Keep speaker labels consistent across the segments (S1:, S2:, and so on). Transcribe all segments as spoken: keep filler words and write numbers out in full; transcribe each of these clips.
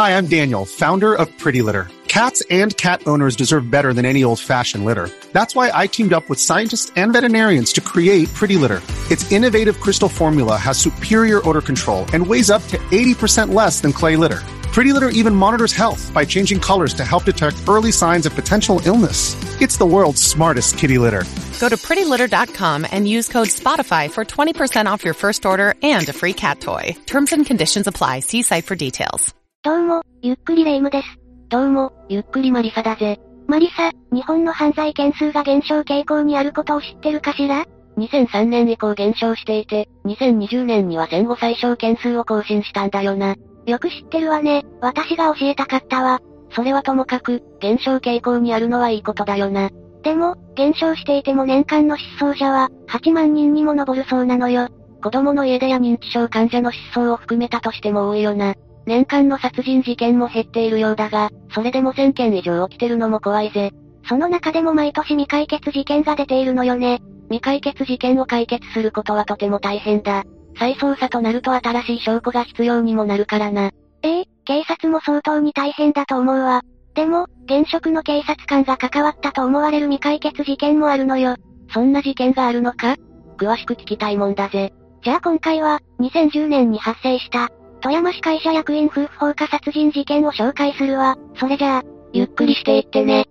S1: Hi, I'm Daniel, founder of Pretty Litter. Cats and cat owners deserve better than any old-fashioned litter. That's why I teamed up with scientists and veterinarians to create Pretty Litter. Its innovative crystal formula has superior odor control and weighs up to eighty percent less than clay litter. Pretty Litter even monitors health by changing colors to help detect early signs of potential illness. It's the world's smartest kitty litter.
S2: Go to pretty litter dot com and use code SPOTIFY for twenty percent off your first order and a free cat toy. Terms and conditions apply. See site for details.
S3: どうも、ゆっくりレ夢ムです。
S4: どうも、ゆっくりマリサだぜ。
S3: マリサ、日本の犯罪件数が減少傾向にあることを知ってるかしら？
S4: にせんさんねん以降減少していて、にせんにじゅうねんには戦後最小件数を更新したんだよな。
S3: よく知ってるわね。私が教えたかったわ。
S4: それはともかく、減少傾向にあるのはいいことだよな。
S3: でも、減少していても年間の失踪者は、はちまんにんにも上るそうなのよ。
S4: 子供の家出や認知症患者の失踪を含めたとしても多いよな。年間の殺人事件も減っているようだが、それでもせんけん以上起きてるのも怖いぜ。
S3: その中でも毎年未解決事件が出ているのよね。
S4: 未解決事件を解決することはとても大変だ。再捜査となると新しい証拠が必要にもなるからな。
S3: ええ、警察も相当に大変だと思うわ。でも、現職の警察官が関わったと思われる未解決事件もあるのよ。
S4: そんな事件があるのか？詳しく聞きたいもんだぜ。
S3: じゃあ今回は、にせんじゅうねんに発生した、富山市会社役員夫婦放火殺人事件を紹介するわ。それじゃあ、
S4: ゆっくりしていってね。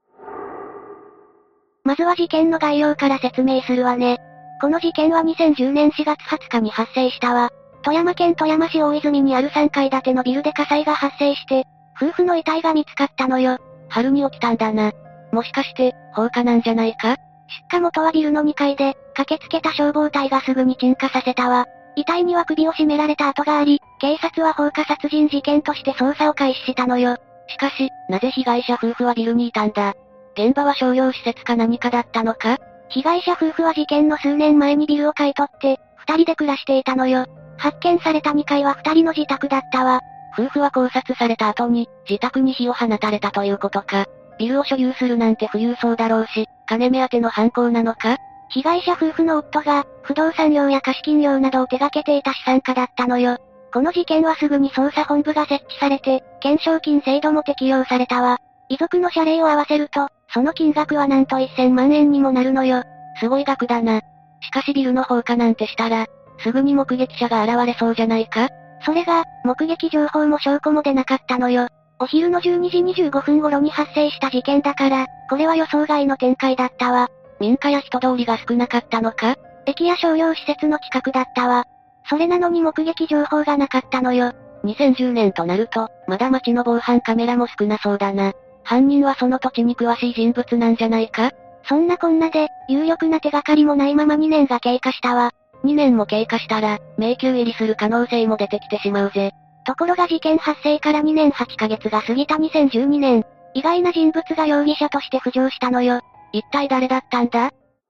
S3: まずは事件の概要から説明するわね。この事件はにせんじゅうねんしがつはつかに発生したわ。富山県富山市大泉にあるさんかい建てのビルで火災が発生して、夫婦の遺体が見つかったのよ。
S4: 春に起きたんだな。もしかして、放火なんじゃないか？
S3: 出火元はビルのにかいで、駆けつけた消防隊がすぐに鎮火させたわ。遺体には首を絞められた跡があり、警察は放火殺人事件として捜査を開始したのよ。
S4: しかし、なぜ被害者夫婦はビルにいたんだ？現場は商業施設か何かだったのか？
S3: 被害者夫婦は事件の数年前にビルを買い取って、二人で暮らしていたのよ。発見されたにかいは二人の自宅だったわ。
S4: 夫婦は考察された後に、自宅に火を放たれたということか。ビルを所有するなんて富裕層だろうし、金目当ての犯行なのか？
S3: 被害者夫婦の夫が、不動産業や貸金業などを手掛けていた資産家だったのよ。この事件はすぐに捜査本部が設置されて、懸賞金制度も適用されたわ。遺族の謝礼を合わせると、その金額はなんとせんまんえんにもなるのよ。
S4: すごい額だな。しかしビルの放火なんてしたら、すぐに目撃者が現れそうじゃないか？
S3: それが、目撃情報も証拠も出なかったのよ。お昼のじゅうにじにじゅうごふん頃に発生した事件だから、これは予想外の展開だったわ。
S4: 民家や人通りが少なかったのか？
S3: 駅や商業施設の近くだったわ。それなのに目撃情報がなかったのよ。
S4: にせんじゅうねんとなると、まだ街の防犯カメラも少なそうだな。犯人はその土地に詳しい人物なんじゃないか？
S3: そんなこんなで、有力な手がかりもないままにねんが経過したわ。
S4: にねんも経過したら、迷宮入りする可能性も出てきてしまうぜ。
S3: ところが事件発生からにねんはちかげつが過ぎたにせんじゅうにねん、意外な人物が容疑者として浮上したのよ。
S4: 一体誰だったんだ？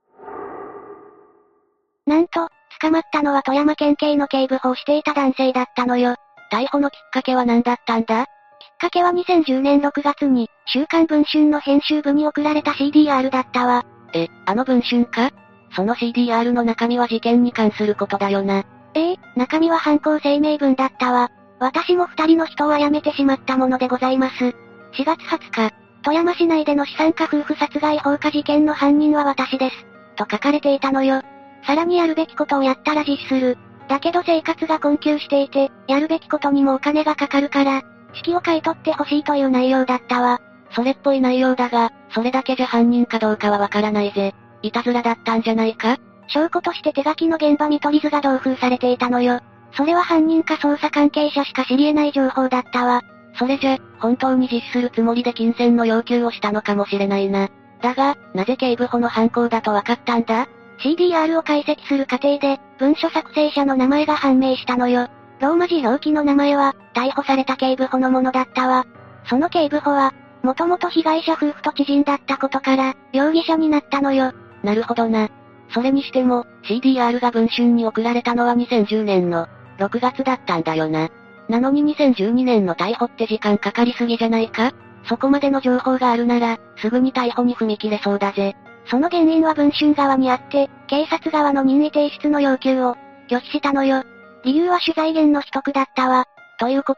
S3: なんと、捕まったのは富山県警の警部補をしていた男性だったのよ。
S4: 逮捕のきっかけは何だったんだ？
S3: きっかけはにせんじゅうねんろくがつに、週刊文春の編集部に送られた シーディーアール だったわ。
S4: え、あの文春か？その シーディーアール の中身は事件に関することだよな。
S3: ええ、中身は犯行声明文だったわ。私も二人の人を殺めてしまったものでございます。しがつはつか、富山市内での資産家夫婦殺害放火事件の犯人は私です。と書かれていたのよ。さらにやるべきことをやったら実施する。だけど生活が困窮していて、やるべきことにもお金がかかるから、式を買い取ってほしいという内容だったわ。
S4: それっぽい内容だが、それだけじゃ犯人かどうかはわからないぜ。いたずらだったんじゃないか？
S3: 証拠として手書きの現場見取り図が同封されていたのよ。それは犯人か捜査関係者しか知り得ない情報だったわ。
S4: それじゃ、本当に実施するつもりで金銭の要求をしたのかもしれないな。だが、なぜ警部補の犯行だとわかったんだ？
S3: シーディーアール を解析する過程で、文書作成者の名前が判明したのよ。ローマ字表記の名前は、逮捕された警部補のものだったわ。その警部補は、もともと被害者夫婦と知人だったことから、容疑者になったのよ。
S4: なるほどな。それにしても、シーディーアール が文春に送られたのはにせんじゅうねんのろくがつだったんだよな。なのににせんじゅうにねんの逮捕って時間かかりすぎじゃないか？そこまでの情報があるなら、すぐに逮捕に踏み切れそうだぜ。
S3: その原因は文春側にあって、警察側の任意提出の要求を拒否したのよ。理由は取材源の秘匿だったわ。
S4: ということは、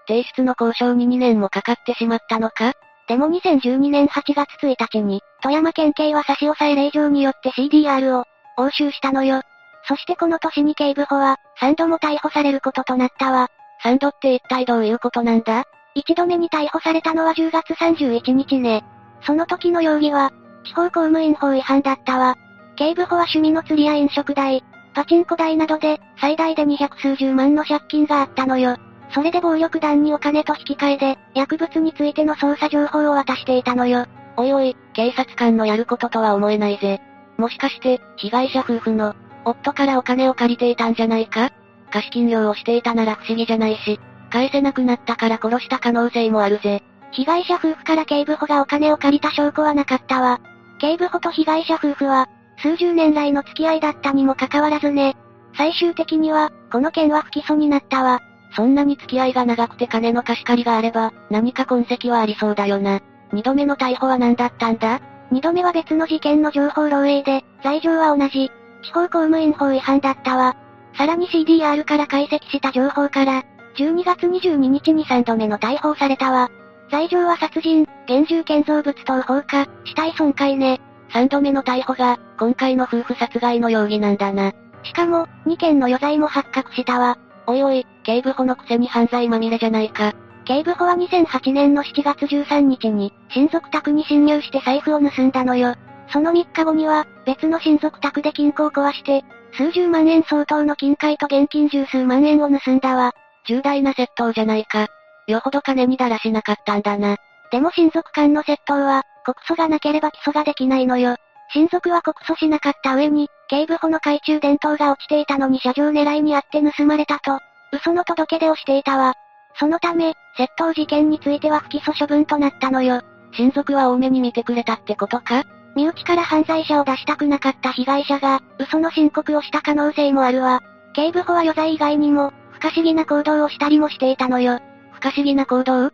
S4: 提出の交渉ににねんもかかってしまったのか？
S3: でもにせんじゅうにねんはちがつついたちに、富山県警は差し押さえ令状によって シーディーアール を押収したのよ。そしてこの年に警部補は、さんども逮捕されることとなったわ。
S4: さんどって一体どういうことなんだ？
S3: いちどめに逮捕されたのはじゅうがつさんじゅういちにちね。その時の容疑は、地方公務員法違反だったわ。警部補は趣味の釣りや飲食代、パチンコ代などで、最大でにひゃくすうじゅうまんの借金があったのよ。それで暴力団にお金と引き換えで、薬物についての捜査情報を渡していたのよ。
S4: おいおい、警察官のやることとは思えないぜ。もしかして、被害者夫婦の、夫からお金を借りていたんじゃないか？貸金業をしていたなら不思議じゃないし、返せなくなったから殺した可能性もあるぜ。
S3: 被害者夫婦から警部補がお金を借りた証拠はなかったわ。警部補と被害者夫婦は、数十年来の付き合いだったにもかかわらずね。最終的には、この件は不起訴になったわ。
S4: そんなに付き合いが長くて金の貸し借りがあれば、何か痕跡はありそうだよな。二度目の逮捕は何だったんだ？
S3: 二度目は別の事件の情報漏洩で、罪状は同じ。地方公務員法違反だったわ。さらに シーディーアール から解析した情報から、じゅうにがつにじゅうににちにさんどめの逮捕をされたわ。罪状は殺人、現住建造物等放火、死体損壊ね。
S4: さんどめの逮捕が、今回の夫婦殺害の容疑なんだな。
S3: しかも、にけんの余罪も発覚したわ。
S4: おいおい、警部補のくせに犯罪まみれじゃないか。
S3: 警部補はにせんはちねんのしちがつじゅうさんにちに、親族宅に侵入して財布を盗んだのよ。そのみっかごには、別の親族宅で金庫を壊して、数十万円相当の金塊と現金十数万円を盗んだわ。
S4: 重大な窃盗じゃないか。よほど金にだらしなかったんだな。
S3: でも親族間の窃盗は、告訴がなければ起訴ができないのよ。親族は告訴しなかった上に、警部補の懐中電灯が落ちていたのに車上狙いにあって盗まれたと、嘘の届け出をしていたわ。そのため、窃盗事件については不起訴処分となったのよ。
S4: 親族は多めに見てくれたってことか？
S3: 身内から犯罪者を出したくなかった被害者が、嘘の申告をした可能性もあるわ。警部補は余罪以外にも、不可思議な行動をしたりもしていたのよ。
S4: 不可思議な行動？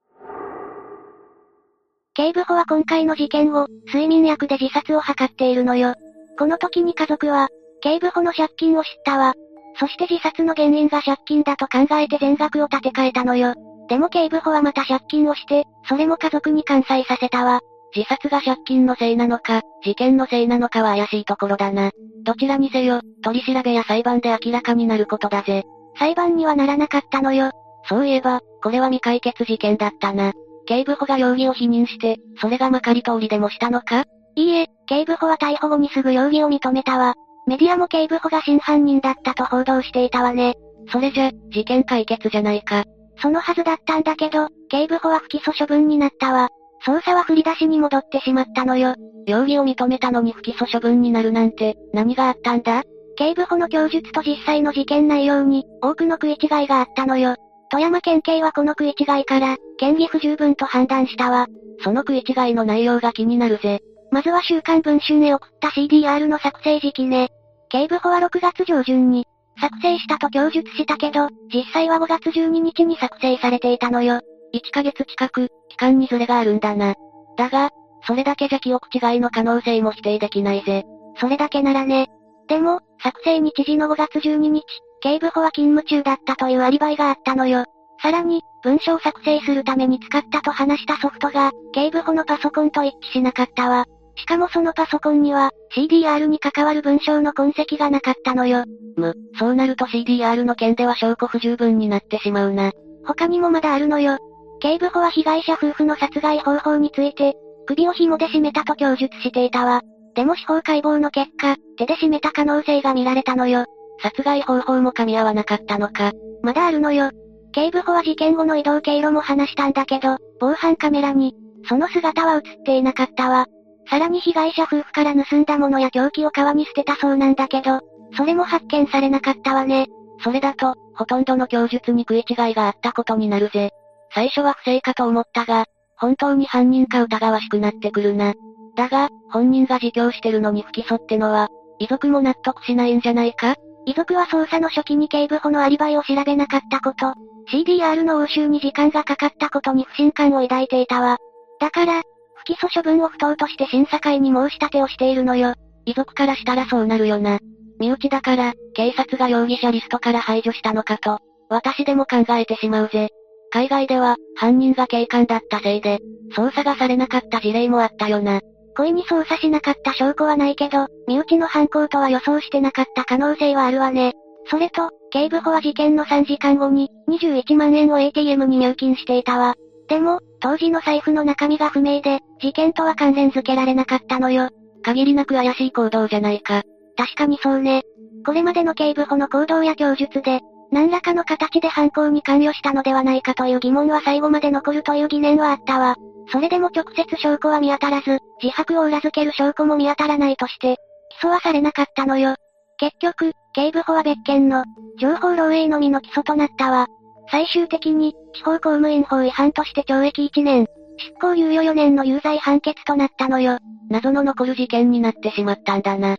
S3: 警部補は今回の事件後、睡眠薬で自殺を図っているのよ。この時に家族は、警部補の借金を知ったわ。そして自殺の原因が借金だと考えて全額を立て替えたのよ。でも警部補はまた借金をして、それも家族に完済させたわ。
S4: 自殺が借金のせいなのか、事件のせいなのかは怪しいところだな。どちらにせよ、取り調べや裁判で明らかになることだぜ。
S3: 裁判にはならなかったのよ。
S4: そういえば、これは未解決事件だったな。警部補が容疑を否認して、それがまかり通りでもしたのか？
S3: いいえ、警部補は逮捕後にすぐ容疑を認めたわ。メディアも警部補が真犯人だったと報道していたわね。
S4: それじゃ、事件解決じゃないか。
S3: そのはずだったんだけど、警部補は不起訴処分になったわ。捜査は振り出しに戻ってしまったのよ。
S4: 容疑を認めたのに不起訴処分になるなんて、何があったんだ？
S3: 警部補の供述と実際の事件内容に、多くの食い違いがあったのよ。富山県警はこの食い違いから、嫌疑不十分と判断したわ。
S4: その食い違いの内容が気になるぜ。
S3: まずは週刊文春へ送った シーディーアール の作成時期ね。警部補はろくがつじょうじゅんに、作成したと供述したけど、実際はごがつじゅうににちに作成されていたのよ。
S4: いっかげつ近く、期間にズレがあるんだな。だが、それだけじゃ記憶違いの可能性も否定できないぜ。
S3: それだけならね。でも、作成日時のごがつじゅうににち、警部補は勤務中だったというアリバイがあったのよ。さらに、文書を作成するために使ったと話したソフトが、警部補のパソコンと一致しなかったわ。しかもそのパソコンには、シーディーアール に関わる文章の痕跡がなかったのよ。
S4: む、そうなると シーディーアール の件では証拠不十分になってしまうな。
S3: 他にもまだあるのよ。警部補は被害者夫婦の殺害方法について、首を紐で絞めたと供述していたわ。でも司法解剖の結果、手で絞めた可能性が見られたのよ。
S4: 殺害方法も噛み合わなかったのか。
S3: まだあるのよ。警部補は事件後の移動経路も話したんだけど、防犯カメラに、その姿は映っていなかったわ。さらに被害者夫婦から盗んだものや凶器を川に捨てたそうなんだけど、それも発見されなかったわね。
S4: それだと、ほとんどの供述に食い違いがあったことになるぜ。最初は不正かと思ったが、本当に犯人か疑わしくなってくるな。だが、本人が自供してるのに不起訴ってのは、遺族も納得しないんじゃないか？
S3: 遺族は捜査の初期に警部補のアリバイを調べなかったこと、シーディーアール の押収に時間がかかったことに不信感を抱いていたわ。だから、不起訴処分を不当として審査会に申し立てをしているのよ。
S4: 遺族からしたらそうなるよな。身内だから、警察が容疑者リストから排除したのかと、私でも考えてしまうぜ。 海外では、犯人が警官だったせいで、捜査がされなかった事例もあったよな。
S3: 故意に捜査しなかった証拠はないけど、身内の犯行とは予想してなかった可能性はあるわね。それと、警部補は事件のさんじかんごに、にじゅういちまんえんを エーティーエム に入金していたわ。でも、当時の財布の中身が不明で、事件とは関連付けられなかったのよ。
S4: 限りなく怪しい行動じゃないか。
S3: 確かにそうね。これまでの警部補の行動や供述で、何らかの形で犯行に関与したのではないかという疑問は最後まで残るという疑念はあったわ。それでも直接証拠は見当たらず、自白を裏付ける証拠も見当たらないとして、起訴はされなかったのよ。結局、警部補は別件の、情報漏洩のみの起訴となったわ。最終的に、地方公務員法違反として懲役いちねん、執行猶予よねんの有罪判決となったのよ。
S4: 謎の残る事件になってしまったんだな。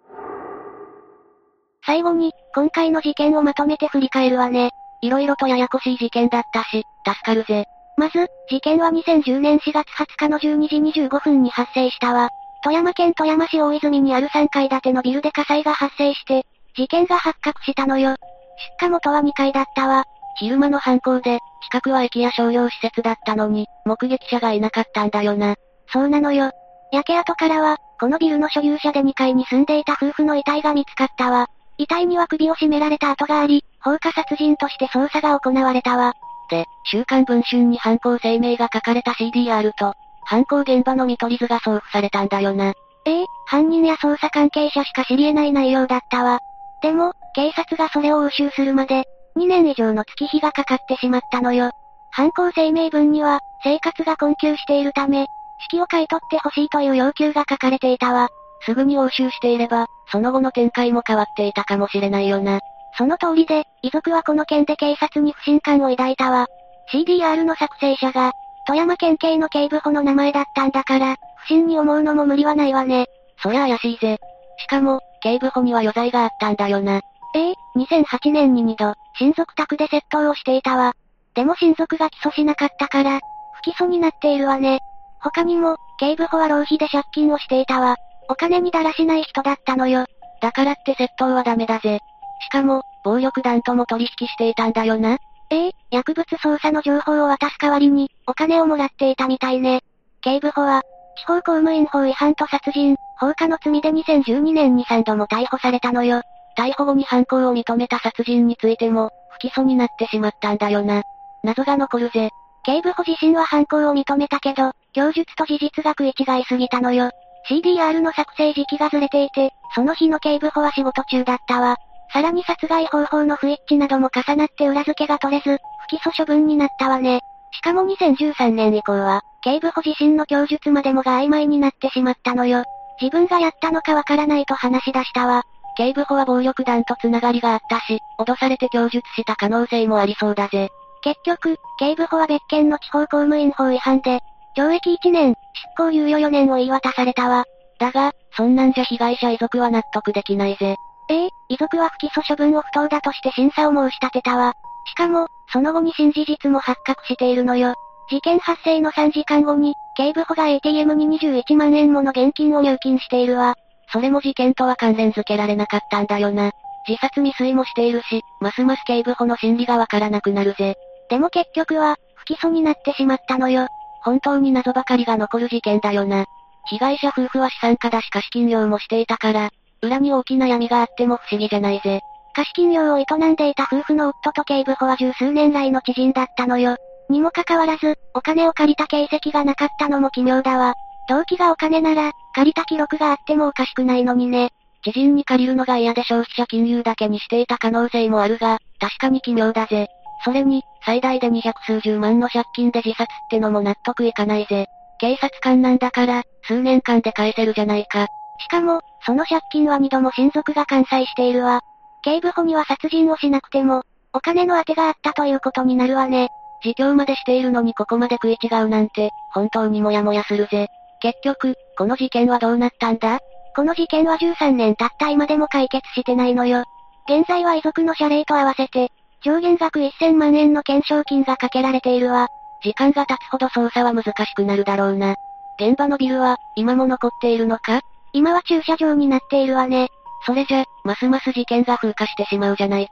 S3: 最後に、今回の事件をまとめて振り返るわね。
S4: 色々とややこしい事件だったし、助かるぜ。
S3: まず、事件はにせんじゅうねんしがつはつかのじゅうにじにじゅうごふんに発生したわ。富山県富山市大泉にあるさんかい建てのビルで火災が発生して、事件が発覚したのよ。出火元はにかいだったわ。
S4: 昼間の犯行で、近くは駅や商業施設だったのに、目撃者がいなかったんだよな。
S3: そうなのよ。焼け跡からは、このビルの所有者でにかいに住んでいた夫婦の遺体が見つかったわ。遺体には首を絞められた跡があり、放火殺人として捜査が行われたわ。
S4: で、週刊文春に犯行声明が書かれた シーディーアール と、犯行現場の見取り図が送付されたんだよな。
S3: ええ、犯人や捜査関係者しか知り得ない内容だったわ。でも、警察がそれを押収するまで、にねん以上の月日がかかってしまったのよ。犯行声明文には、生活が困窮しているため、式を買い取ってほしいという要求が書かれていたわ。
S4: すぐに押収していれば、その後の展開も変わっていたかもしれないよな。
S3: その通りで、遺族はこの件で警察に不信感を抱いたわ。シーディーアール の作成者が、富山県警の警部補の名前だったんだから、不審に思うのも無理はないわね。
S4: そりゃ怪しいぜ。しかも、警部補には余罪があったんだよな。
S3: ええ、にせんはちねんににど、親族宅で窃盗をしていたわ。でも親族が起訴しなかったから、不起訴になっているわね。他にも、警部補は浪費で借金をしていたわ。お金にだらしない人だったのよ。
S4: だからって窃盗はダメだぜ。しかも、暴力団とも取引していたんだよな。
S3: ええ、薬物捜査の情報を渡す代わりに、お金をもらっていたみたいね。警部補は、地方公務員法違反と殺人、放火の罪でにせんじゅうにねんにさんども逮捕されたのよ。
S4: 逮捕後に犯行を認めた殺人についても、不起訴になってしまったんだよな。謎が残るぜ。
S3: 警部補自身は犯行を認めたけど、供述と事実が食い違いすぎたのよ。シーディーアール の作成時期がずれていて、その日の警部補は仕事中だったわ。さらに殺害方法の不一致なども重なって裏付けが取れず、不起訴処分になったわね。しかもにせんじゅうさんねん以降は、警部補自身の供述までもが曖昧になってしまったのよ。自分がやったのかわからないと話し出したわ。
S4: 警部補は暴力団とつながりがあったし、脅されて供述した可能性もありそうだぜ。
S3: 結局、警部補は別件の地方公務員法違反で、懲役いちねん、執行猶予よねんを言い渡されたわ。
S4: だが、そんなんじゃ被害者遺族は納得できないぜ。
S3: ええ、遺族は不起訴処分を不当だとして審査を申し立てたわ。しかも、その後に新事実も発覚しているのよ。事件発生のさんじかんごに、警部補が エーティーエム ににじゅういちまんえんもの現金を入金しているわ。
S4: それも事件とは関連付けられなかったんだよな。自殺未遂もしているし、ますます警部補の心理がわからなくなるぜ。
S3: でも結局は、不起訴になってしまったのよ。
S4: 本当に謎ばかりが残る事件だよな。被害者夫婦は資産家だし貸金業もしていたから、裏に大きな闇があっても不思議じゃないぜ。
S3: 貸金業を営んでいた夫婦の夫と警部補は十数年来の知人だったのよ。にもかかわらず、お金を借りた形跡がなかったのも奇妙だわ。動機がお金なら、借りた記録があってもおかしくないのにね。
S4: 知人に借りるのが嫌で消費者金融だけにしていた可能性もあるが、確かに奇妙だぜ。それに、最大で二百数十万の借金で自殺ってのも納得いかないぜ。警察官なんだから、数年間で返せるじゃないか。
S3: しかも、その借金は二度も親族が完済しているわ。警部補には殺人をしなくても、お金の当てがあったということになるわね。
S4: 自供までしているのにここまで食い違うなんて、本当にモヤモヤするぜ。結局、この事件はどうなったんだ？
S3: この事件はじゅうさんねん経った今でも解決してないのよ。現在は遺族の謝礼と合わせて、上限額せんまんえんの懸賞金がかけられているわ。
S4: 時間が経つほど捜査は難しくなるだろうな。現場のビルは、今も残っているのか？
S3: 今は駐車場になっているわね。
S4: それじゃ、ますます事件が風化してしまうじゃないか。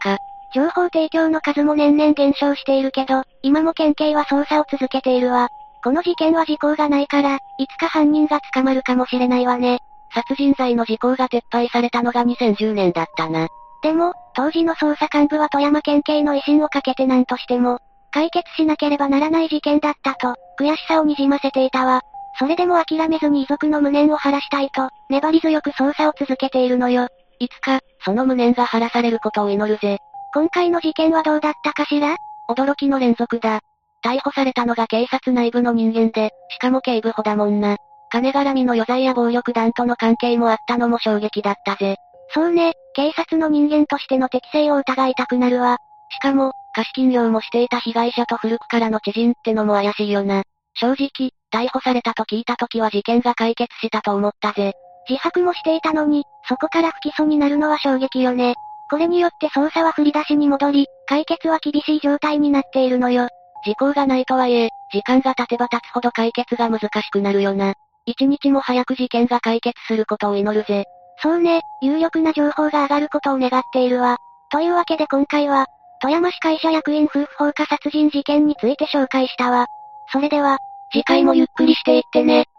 S3: 情報提供の数も年々減少しているけど、今も県警は捜査を続けているわ。この事件は時効がないから、いつか犯人が捕まるかもしれないわね。
S4: 殺人罪の時効が撤廃されたのがにせんじゅうねんだったな。
S3: でも、当時の捜査幹部は富山県警の威信をかけて何としても、解決しなければならない事件だったと、悔しさをにじませていたわ。それでも諦めずに遺族の無念を晴らしたいと、粘り強く捜査を続けているのよ。
S4: いつか、その無念が晴らされることを祈るぜ。
S3: 今回の事件はどうだったかしら？
S4: 驚きの連続だ。逮捕されたのが警察内部の人間で、しかも警部補だもんな。金絡みの余罪や暴力団との関係もあったのも衝撃だったぜ。
S3: そうね、警察の人間としての適性を疑いたくなるわ。
S4: しかも、貸金業もしていた被害者と古くからの知人ってのも怪しいよな。正直、逮捕されたと聞いた時は事件が解決したと思ったぜ。
S3: 自白もしていたのに、そこから不起訴になるのは衝撃よね。これによって捜査は振り出しに戻り、解決は厳しい状態になっているのよ。
S4: 時効がないとはいえ、時間が経てば経つほど解決が難しくなるよな。一日も早く事件が解決することを祈るぜ。
S3: そうね、有力な情報が上がることを願っているわ。というわけで今回は、富山市会社役員夫婦放火殺人事件について紹介したわ。それでは、
S4: 次回もゆっくりしていってね。